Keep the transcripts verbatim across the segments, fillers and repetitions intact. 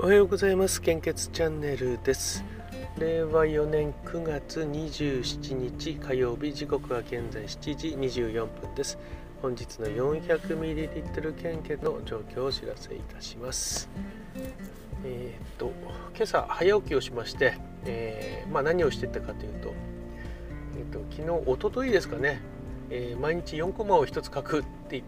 おはようございます。献血チャンネルです。れいわよねんくがつにじゅうしちにち火曜日、時刻は現在しちじにじゅうよんぷんです。本日の よんひゃくミリリットル 献血の状況をお知らせいたします。えー、っと今朝早起きをしまして、えーまあ、何をしていったかというと、えー、っと昨日一昨日ですかね、えー、毎日よんコマをひとつ書くって言って、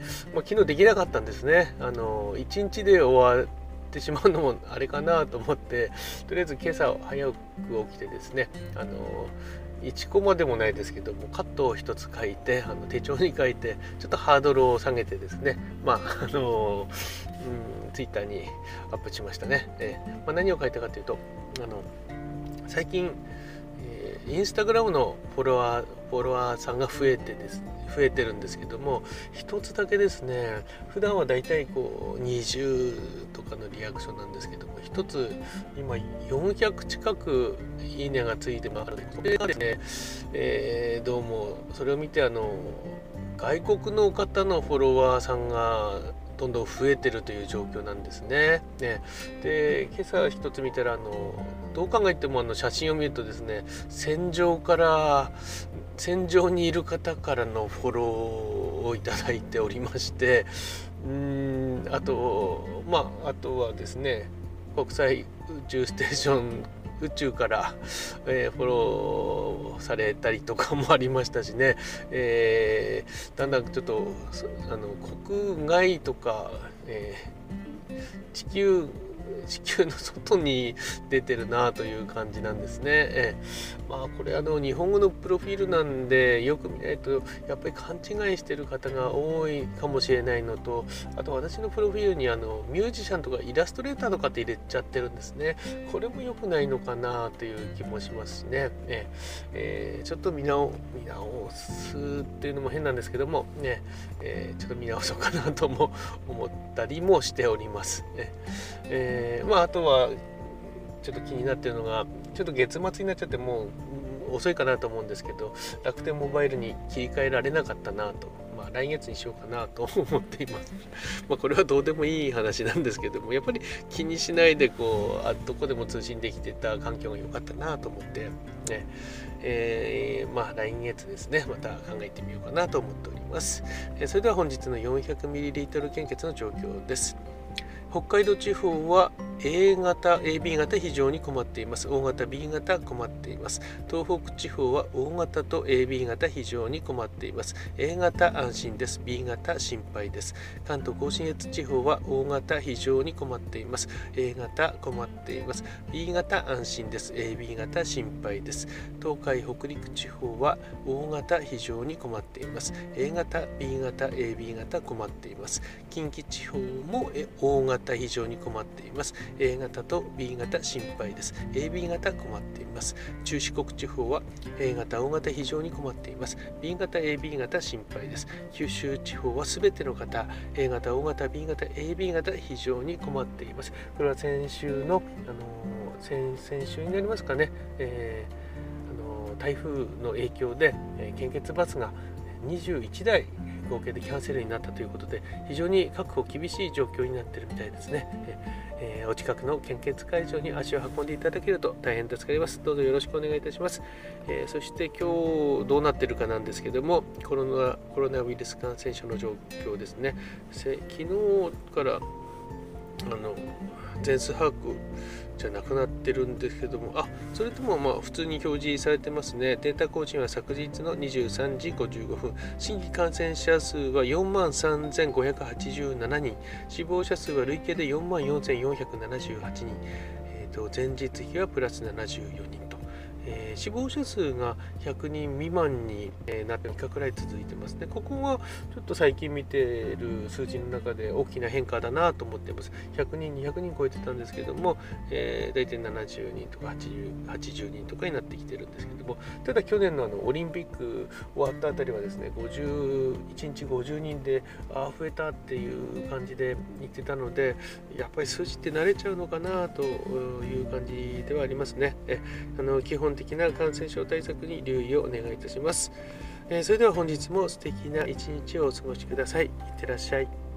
まあ、昨日できなかったんですね。あのいちにちで終わってしまうのもあれかなと思って、とりあえず今朝早く起きてですね、あのいちコマでもないですけどもカットをひとつ書いて、あの手帳に書いてちょっとハードルを下げてですね、まああのうんツイッターにアップしましたね。えーまあ、何を書いたかというと、あの最近インスタグラムのフォロワーフォロワーさんが増えてです増えてるんですけども、一つだけですね、普段はだいたいこうにじゅうとかのリアクションなんですけども、一つ今よんひゃく近くいいねがついてますので、これがですね、えー、どうもそれを見て、あの外国の方のフォロワーさんがどんどん増えてるという状況なんですね。ねで今朝一つ見たら、あのどう考えてもあの写真を見るとですね、戦場から戦場にいる方からのフォローをいただいておりまして、うーんあとまああとはですね、国際宇宙ステーション宇宙から、えー、フォローされたりとかもありましたしね、えー、だんだんちょっとあの国外とか、えー、地球地球の外に出てるなという感じなんですね。えー、まあこれあの日本語のプロフィールなんでよく見ないとやっぱり勘違いしてる方が多いかもしれないのと、あと私のプロフィールにあのミュージシャンとかイラストレーターとかって入れちゃってるんですね。これも良くないのかなという気もしますしね。えーえー、ちょっと見直見直すっていうのも変なんですけどもね、えー、ちょっと見直そうかなとも思ったりもしております。えーえーまあ、あとはちょっと気になっているのが、ちょっと月末になっちゃってもう遅いかなと思うんですけど、楽天モバイルに切り替えられなかったなと、まあ、来月にしようかなと思っています。まあこれはどうでもいい話なんですけども、やっぱり気にしないでこうあどこでも通信できてた環境が良かったなと思ってね、えー、まあ来月ですね、また考えてみようかなと思っております。えー、それでは本日の よんひゃくミリリットル 献血の状況です。北海道地方は A 型、エービー 型非常に困っています。大型、B 型困っています。東北地方は O 型と エービー 型非常に困っています。A 型安心です。B 型心配です。関東甲信越地方は O 型非常に困っています。A 型困っています。B 型安心です。エービー 型心配です。東海北陸地方は O 型非常に困っています。A 型、B 型、エービー 型困っています。近畿地方も O 型非常に困っています。A 型と B 型心配です。エービー 型困っています。中四国地方は A 型、O 型非常に困っています。B 型、エービー 型心配です。九州地方はすべての方、A 型、O 型、B 型、エービー 型非常に困っています。これは先週の、あの先先週になりますかね、えー、あの台風の影響で、えー、献血バスがにじゅういちだい合計でキャンセルになったということで、非常に確保厳しい状況になっているみたいですね。えー、お近くの献血会場に足を運んでいただけると大変助かります。どうぞよろしくお願いいたします。えー、そして今日どうなっているかなんですけども、コロナコロナウイルス感染症の状況ですね。昨日からあの全数把握じゃなくなってるんですけども、あ、それともまあ普通に表示されてますね。データ更新は昨日のにじゅうさんじごじゅうごふん、新規感染者数はよんまんさんぜんごひゃくはちじゅうななにん、死亡者数は累計でよんまんよんせんよんひゃくななじゅうはちにん、えー、と前日比はプラスななじゅうよにんと、えー、死亡者数がひゃくにん未満になってみっかくらい続いてますね。ここがちょっと最近見ている数字の中で大きな変化だなと思っています。ひゃくにん、にひゃくにん超えてたんですけども、えー、大体ななじゅうにんとかはちじゅう、はちじゅうにんとかになってきてるんですけども、ただ去年のあのオリンピック終わったあたりはですね、ごじゅういちにちごじゅうにんでああ増えたっていう感じで言ってたので、やっぱり数字って慣れちゃうのかなという感じではありますね。えあの基本的な感染症対策に留意をお願いいたします。えー、それでは本日も素敵な一日をお過ごしください。いってらっしゃい。